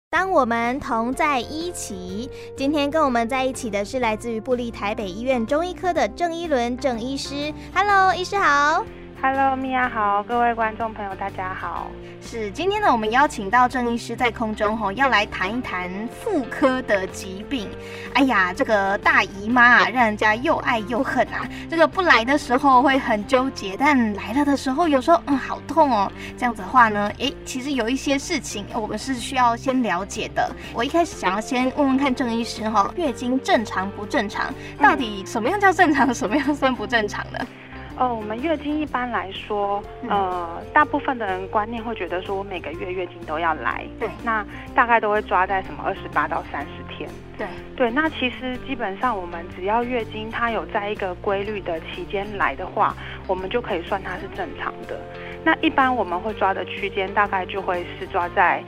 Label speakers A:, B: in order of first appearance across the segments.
A: 当我们同在一起，今天跟我们在一起的是来自于部立台北医院中医科的郑一伦郑医师。Hello， 医师好。
B: Hello， 米娅好，各位观众朋友大家好。
A: 是，今天呢，我们邀请到郑医师在空中要来谈一谈妇科的疾病。哎呀，这个大姨妈啊，让人家又爱又恨啊。这个不来的时候会很纠结，但来了的时候，有时候好痛哦。这样子的话呢，其实有一些事情我们是需要先了解的。我一开始想要先问问看郑医师月经正常不正常？到底什么样叫正常，什么样算不正常呢？
B: 我们月经一般来说，大部分的人观念会觉得说，我每个月月经都要来，
A: 对，
B: 那大概都会抓在什么28到30天，对，那其实基本上我们只要月经它有在一个规律的期间来的话，我们就可以算它是正常的。那一般我们会抓的区间大概就会是抓在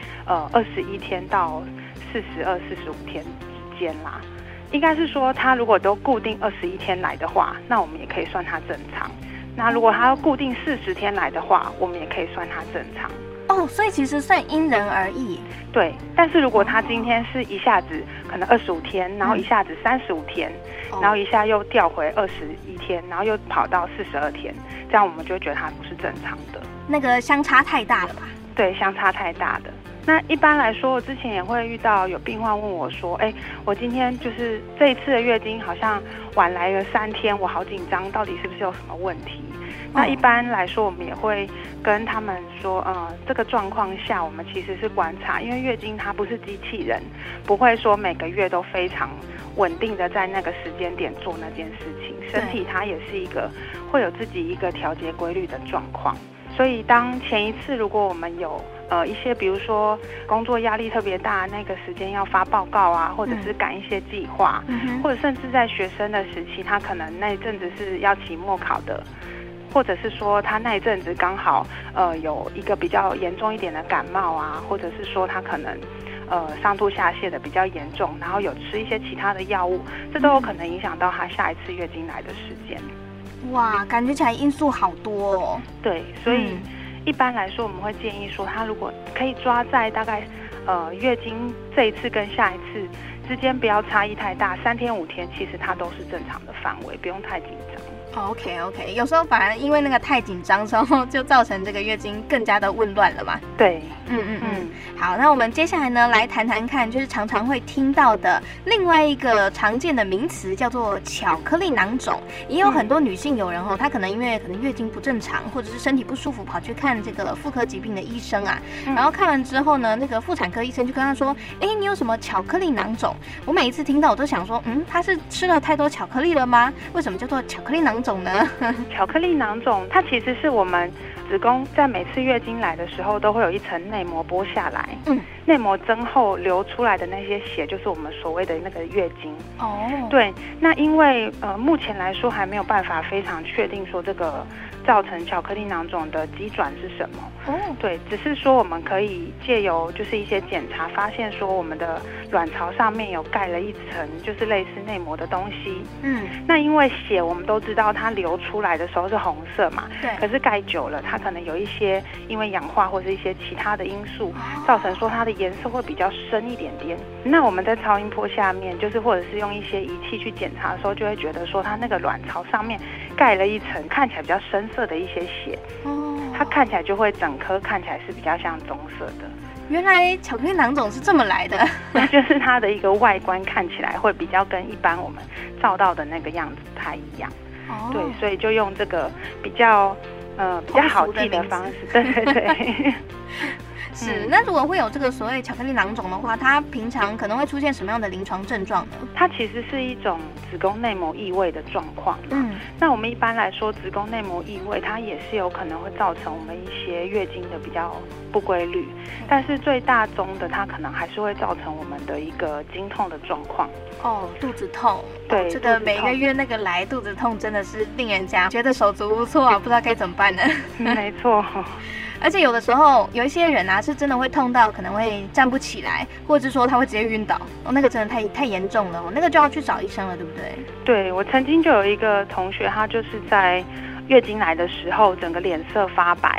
B: 21天到42、45天之间啦。应该是说，它如果都固定21天来的话，那我们也可以算它正常。那如果它要固定40天来的话，我们也可以算它正常。
A: 哦，所以其实算因人而异。
B: 对，但是如果它今天是一下子可能25天，然后一下子35天，然后一下又调回21天，然后又跑到42天，这样我们就会觉得它不是正常的。
A: 那个相差太大了吧？
B: 对，相差太大的。那一般来说，我之前也会遇到有病患问我说，我今天就是这一次的月经好像晚来了3天，我好紧张，到底是不是有什么问题？那一般来说，我们也会跟他们说，这个状况下，我们其实是观察，因为月经它不是机器人，不会说每个月都非常稳定的在那个时间点做那件事情，身体它也是一个会有自己一个调节规律的状况。所以当前一次如果我们有一些比如说工作压力特别大，那个时间要发报告啊，或者是赶一些计划，或者甚至在学生的时期，他可能那一阵子是要期末考的，或者是说他那一阵子刚好有一个比较严重一点的感冒啊，或者是说他可能上吐下泻的比较严重，然后有吃一些其他的药物，这都有可能影响到他下一次月经来的时间。
A: 哇，感觉起来因素好多哦。
B: 对，所以一般来说我们会建议说，他如果可以抓在大概月经这一次跟下一次之间不要差异太大，3天5天，其实它都是正常的范围，不用太紧张。
A: OK， 有时候反而因为那个太紧张之后，就造成这个月经更加的紊乱了嘛。
B: 对，
A: 好，那我们接下来呢，来谈谈看，就是常常会听到的另外一个常见的名词，叫做巧克力囊肿。也有很多女性友人她可能因为月经不正常，或者是身体不舒服，跑去看这个妇科疾病的医生啊。然后看完之后呢，那个妇产科医生就跟她说，你有什么巧克力囊肿？我每一次听到我都想说，她是吃了太多巧克力了吗？为什么叫做巧克力囊肿呢？
B: 巧克力囊肿它其实是我们子宫在每次月经来的时候都会有一层内膜剥下来，内膜增厚流出来的那些血就是我们所谓的那个月经。对，那因为目前来说还没有办法非常确定说这个造成巧克力囊肿的机转是什么。对，只是说我们可以借由就是一些检查发现说我们的卵巢上面有盖了一层就是类似内膜的东西。那因为血我们都知道它流出来的时候是红色嘛，对，可是盖久了它可能有一些因为氧化或者一些其他的因素造成说它的颜色会比较深一点点。那我们在超音波下面就是或者是用一些仪器去检查的时候，就会觉得说它那个卵巢上面盖了一层看起来比较深色的一些血，它看起来就会整颗看起来是比较像棕色的。
A: 原来巧克力囊肿是这么来的，
B: 就是它的一个外观看起来会比较跟一般我们照到的那个样子不太一样。对，所以就用这个比较好记的方式。对。
A: 是，那如果会有这个所谓巧克力囊肿的话，它平常可能会出现什么样的临床症状呢？
B: 它其实是一种子宫内膜异位的状况。那我们一般来说，子宫内膜异位它也是有可能会造成我们一些月经的比较不规律，但是最大宗的它可能还是会造成我们的一个经痛的状况。
A: 肚子痛。
B: 对，
A: 这个每个月那个来肚子痛真的是令人家觉得手足无措啊，不知道该怎么办呢。
B: 没错。
A: 而且有的时候有一些人啊，是真的会痛到可能会站不起来，或者是说他会直接晕倒。那个真的太严重了，那个就要去找医生了，对不对？
B: 对，我曾经就有一个同学，他就是在月经来的时候整个脸色发白，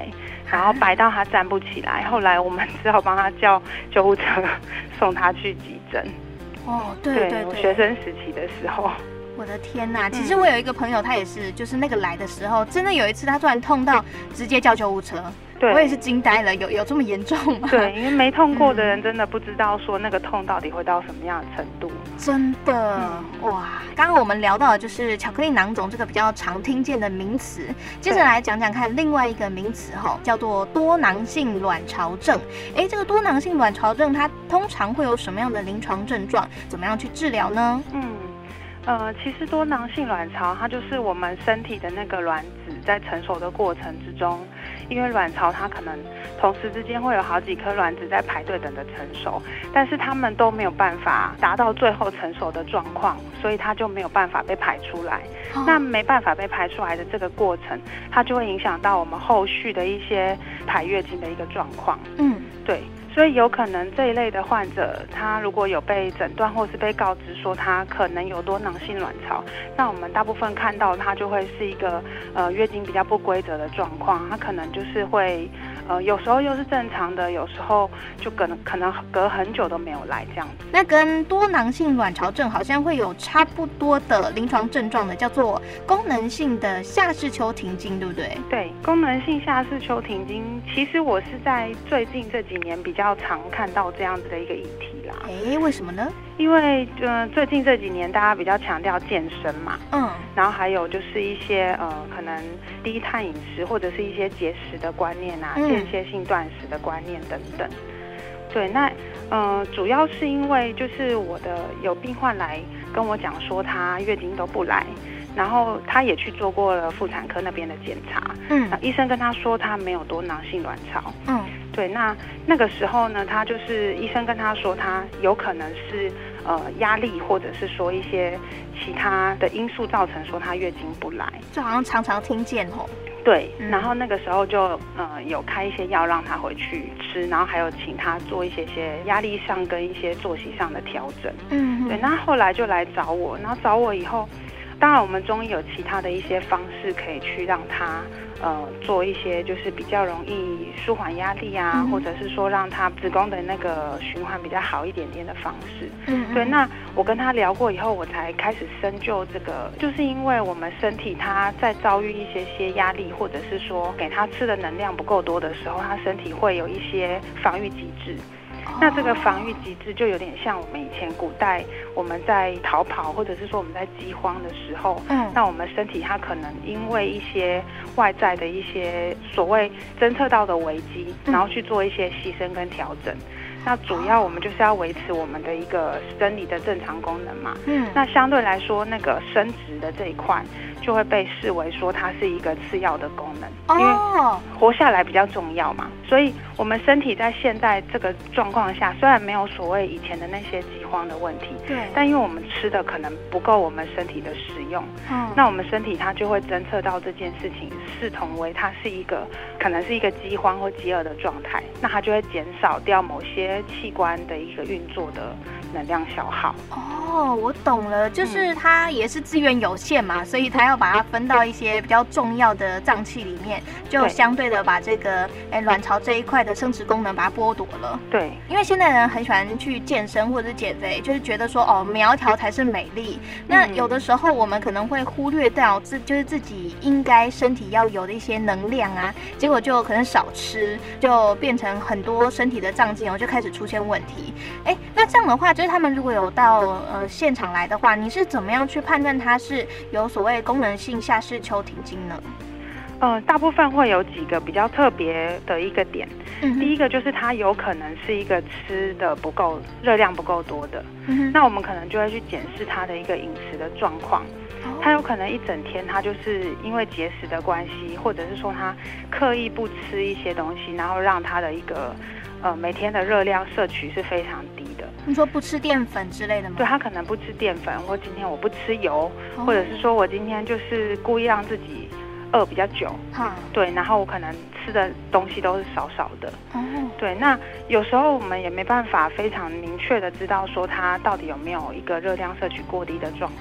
B: 然后白到他站不起来，后来我们只好帮他叫救护车送他去急诊。
A: 哦，对，
B: 我学生时期的时候。
A: 我的天哪！其实我有一个朋友，他也是，就是那个来的时候，真的有一次他突然痛到直接叫救护车。对，我也是惊呆了，有这么严重吗？
B: 对，因为没痛过的人真的不知道说那个痛到底会到什么样的程度。
A: 真的，哇！刚刚我们聊到的就是巧克力囊肿这个比较常听见的名词，接着来讲讲看另外一个名词叫做多囊性卵巢症。这个多囊性卵巢症它通常会有什么样的临床症状？怎么样去治疗呢？
B: 其实多囊性卵巢它就是我们身体的那个卵子在成熟的过程之中，因为卵巢它可能同时之间会有好几颗卵子在排队等着成熟，但是它们都没有办法达到最后成熟的状况，所以它就没有办法被排出来。那没办法被排出来的这个过程，它就会影响到我们后续的一些排月经的一个状况。对。所以有可能这一类的患者，他如果有被诊断或是被告知说他可能有多囊性卵巢，那我们大部分看到他就会是一个月经比较不规则的状况，他可能就是会有时候又是正常的，有时候就可能隔很久都没有来这样子。
A: 那跟多囊性卵巢症好像会有差不多的临床症状的，叫做功能性的夏氏丘停经，对不对？
B: 对，功能性夏氏丘停经，其实我是在最近这几年比较常看到这样子的一个议题啦。
A: 为什么呢？
B: 因为最近这几年大家比较强调健身嘛，然后还有就是一些可能低碳饮食或者是一些节食的观念啊，间歇性断食的观念等等。对，那主要是因为就是有病患来跟我讲说他月经都不来，然后他也去做过了妇产科那边的检查，医生跟他说他没有多囊性卵巢，对，那个时候呢，他就是医生跟他说他有可能是压力或者是说一些其他的因素造成说他月经不来，
A: 就好像常常听见
B: 对，然后那个时候就有开一些药让他回去吃，然后还有请他做一些压力上跟一些作息上的调整。对，那后来就来找我，然后找我以后，当然我们中医有其他的一些方式可以去让他做一些就是比较容易舒缓压力啊，或者是说让他子宫的那个循环比较好一点点的方式。对，那我跟他聊过以后，我才开始深究这个，就是因为我们身体它在遭遇一些压力，或者是说给他吃的能量不够多的时候，他身体会有一些防御机制。那这个防御机制就有点像我们以前古代我们在逃跑，或者是说我们在饥荒的时候，那我们身体它可能因为一些外在的一些所谓侦测到的危机，然后去做一些牺牲跟调整。那主要我们就是要维持我们的一个生理的正常功能嘛。那相对来说，那个生殖的这一块就会被视为说它是一个次要的功能，因为活下来比较重要嘛。所以我们身体在现在这个状况下，虽然没有所谓以前的那些饥荒的问题，但因为我们吃的可能不够我们身体的使用，那我们身体它就会侦测到这件事情，视同为它是一个可能是一个饥荒或饥饿的状态，那它就会减少掉某些器官的一个运作的能量消耗。
A: 我懂了，就是它也是资源有限嘛，所以它要把它分到一些比较重要的脏器里面，就相对的把这个卵巢这一块的生殖功能把它剥夺了。
B: 对，
A: 因为现在人很喜欢去健身或者是减肥，就是觉得说苗条才是美丽。那有的时候我们可能会忽略掉就是自己应该身体要有的一些能量啊，结果就可能少吃，就变成很多身体的脏器就开始出现问题。那这样的话，就是他们如果有到现场来的话，你是怎么样去判断它是有所谓功能性夏氏丘停经呢？
B: 大部分会有几个比较特别的一个点。第一个就是它有可能是一个吃的不够，热量不够多的。那我们可能就会去检视它的一个饮食的状况。它有可能一整天它就是因为节食的关系，或者是说它刻意不吃一些东西，然后让它的一个每天的热量摄取是非常低的。
A: 你说不吃淀粉之类的吗？
B: 对，他可能不吃淀粉，或今天我不吃油，或者是说我今天就是故意让自己饿比较久，对，然后我可能吃的东西都是少少的，对，那有时候我们也没办法非常明确的知道说他到底有没有一个热量摄取过低的状况，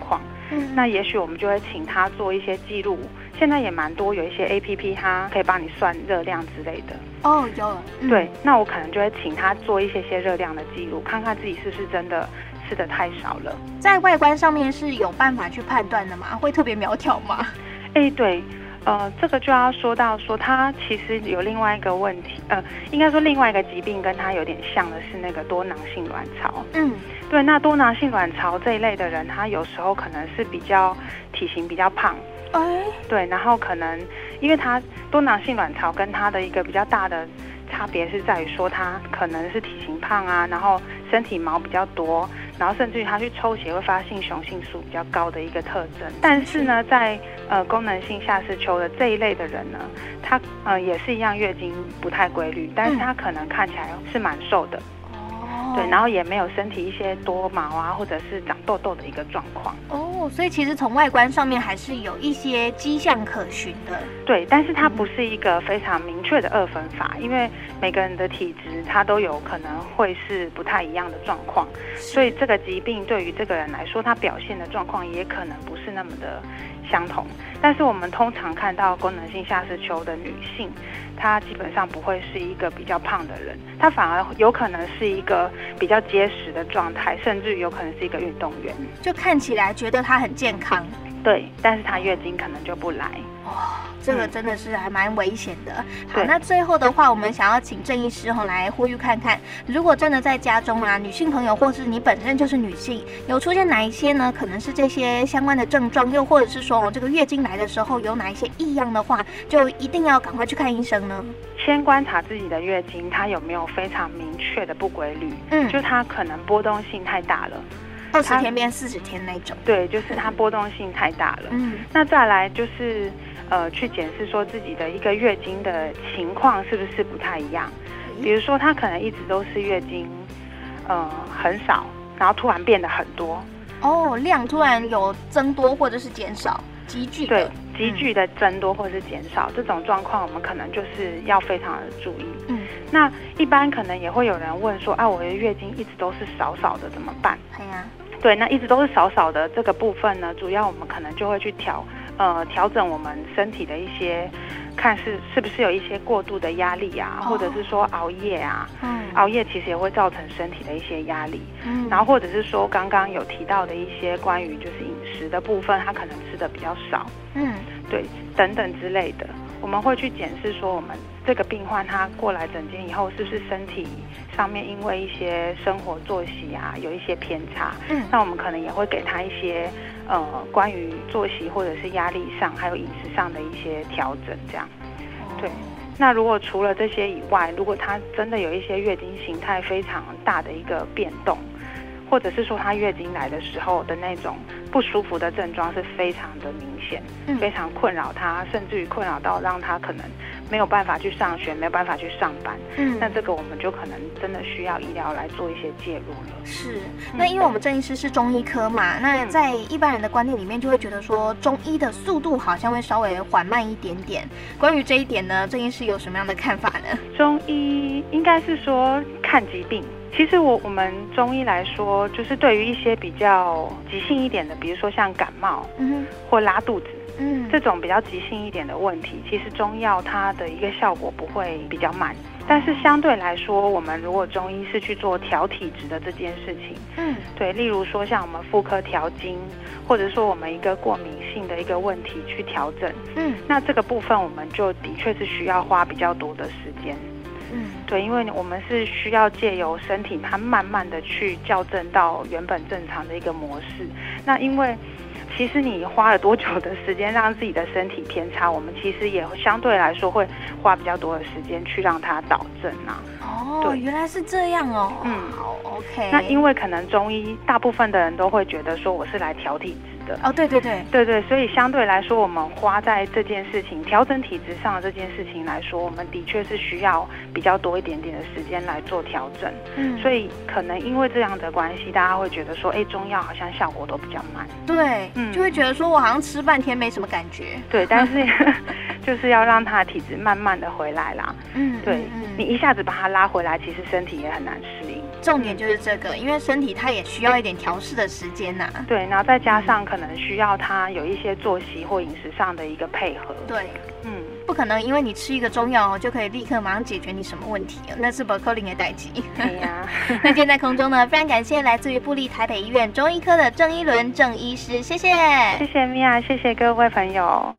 B: 那也许我们就会请他做一些记录。现在也蛮多有一些 APP， 它可以帮你算热量之类的。
A: 哦，有。
B: 对，那我可能就会请他做一些热量的记录，看看自己是不是真的吃得太少了。
A: 在外观上面是有办法去判断的吗？会特别苗条吗？
B: 对。这个就要说到说，他其实有另外一个问题，应该说另外一个疾病跟他有点像的是那个多囊性卵巢。对，那多囊性卵巢这一类的人，他有时候可能是体型比较胖。对，然后可能因为他多囊性卵巢跟他的一个比较大的差别是在于说，他可能是体型胖啊，然后身体毛比较多，然后甚至于他去抽血会发现雄性素比较高的一个特征。但是呢，在功能性下视丘的这一类的人呢，他也是一样月经不太规律，但是他可能看起来是蛮瘦的。对，然后也没有身体一些多毛啊，或者是长痘痘的一个状况。
A: 所以其实从外观上面还是有一些迹象可循的。
B: 对，但是它不是一个非常明确的二分法，因为每个人的体质它都有可能会是不太一样的状况，所以这个疾病对于这个人来说，他表现的状况也可能不是那么的相同。但是我们通常看到功能性下视丘的女性，她基本上不会是一个比较胖的人，她反而有可能是一个比较结实的状态，甚至于有可能是一个运动员，
A: 就看起来觉得她很健康。
B: 对，但是她月经可能就不来。
A: 这个真的是还蛮危险的。好，那最后的话，我们想要请郑医师来呼吁看看，如果真的在家中啊，女性朋友或是你本身就是女性，有出现哪一些呢？可能是这些相关的症状，又或者是说这个月经来的时候有哪一些异样的话，就一定要赶快去看医生呢？
B: 先观察自己的月经，它有没有非常明确的不规律，就它可能波动性太大了。
A: 20天变40天那种。
B: 对，就是它波动性太大了。那再来就是去检视说自己的一个月经的情况是不是不太一样。比如说他可能一直都是月经很少，然后突然变得很多。
A: 量突然有增多或者是减少，急剧的。对，
B: 急剧的增多或者是减少，这种状况我们可能就是要非常的注意。那一般可能也会有人问说，我的月经一直都是少少的怎么办？对，那一直都是少少的这个部分呢，主要我们可能就会去调整我们身体的一些，看是不是有一些过度的压力啊，或者是说熬夜啊。熬夜其实也会造成身体的一些压力。然后或者是说刚刚有提到的一些关于就是饮食的部分，他可能吃的比较少。对，等等之类的。我们会去检视说，我们这个病患他过来诊间以后，是不是身体上面因为一些生活作息啊有一些偏差。那我们可能也会给他一些关于作息或者是压力上还有饮食上的一些调整，这样。对。那如果除了这些以外，如果他真的有一些月经形态非常大的一个变动，或者是说他月经来的时候的那种不舒服的症状是非常的明显，非常困扰他，甚至于困扰到让他可能没有办法去上学，没有办法去上班。那这个我们就可能真的需要医疗来做一些介入了。
A: 是，那因为我们郑医师是中医科嘛，那在一般人的观念里面就会觉得说中医的速度好像会稍微缓慢一点点。关于这一点呢，郑医师有什么样的看法呢？
B: 中医应该是说看疾病。其实我们中医来说，就是对于一些比较急性一点的，比如说像感冒，或拉肚子，这种比较急性一点的问题，其实中药它的一个效果不会比较慢。但是相对来说，我们如果中医是去做调体质的这件事情，对，例如说像我们妇科调经，或者说我们一个过敏性的一个问题去调整，那这个部分我们就的确是需要花比较多的时间。对，因为我们是需要借由身体它慢慢的去校正到原本正常的一个模式。那因为其实你花了多久的时间让自己的身体偏差，我们其实也相对来说会花比较多的时间去让它导正啊。
A: 对，原来是这样哦。好 ，OK。
B: 那因为可能中医大部分的人都会觉得说我是来调体质的。对，所以相对来说，我们花在这件事情调整体质上的这件事情来说，我们的确是需要比较多一点点的时间来做调整。所以可能因为这样的关系，大家会觉得说，中药好像效果都比较慢。
A: 对，就会觉得说我好像吃半天没什么感觉。
B: 对，但是就是要让他的体质慢慢的回来啦。对，你一下子把它拉回来，其实身体也很难适应。
A: 重点就是这个，因为身体它也需要一点调试的时间呐。
B: 对，然后再加上可能需要他有一些作息或饮食上的一个配合。
A: 对，不可能因为你吃一个中药就可以立刻马上解决你什么问题，那是不可能的代志。
B: 对呀。
A: 那今天在空中呢，非常感谢来自于部立台北医院中医科的郑一伦郑医师，谢谢。
B: 谢谢米娅，谢谢各位朋友。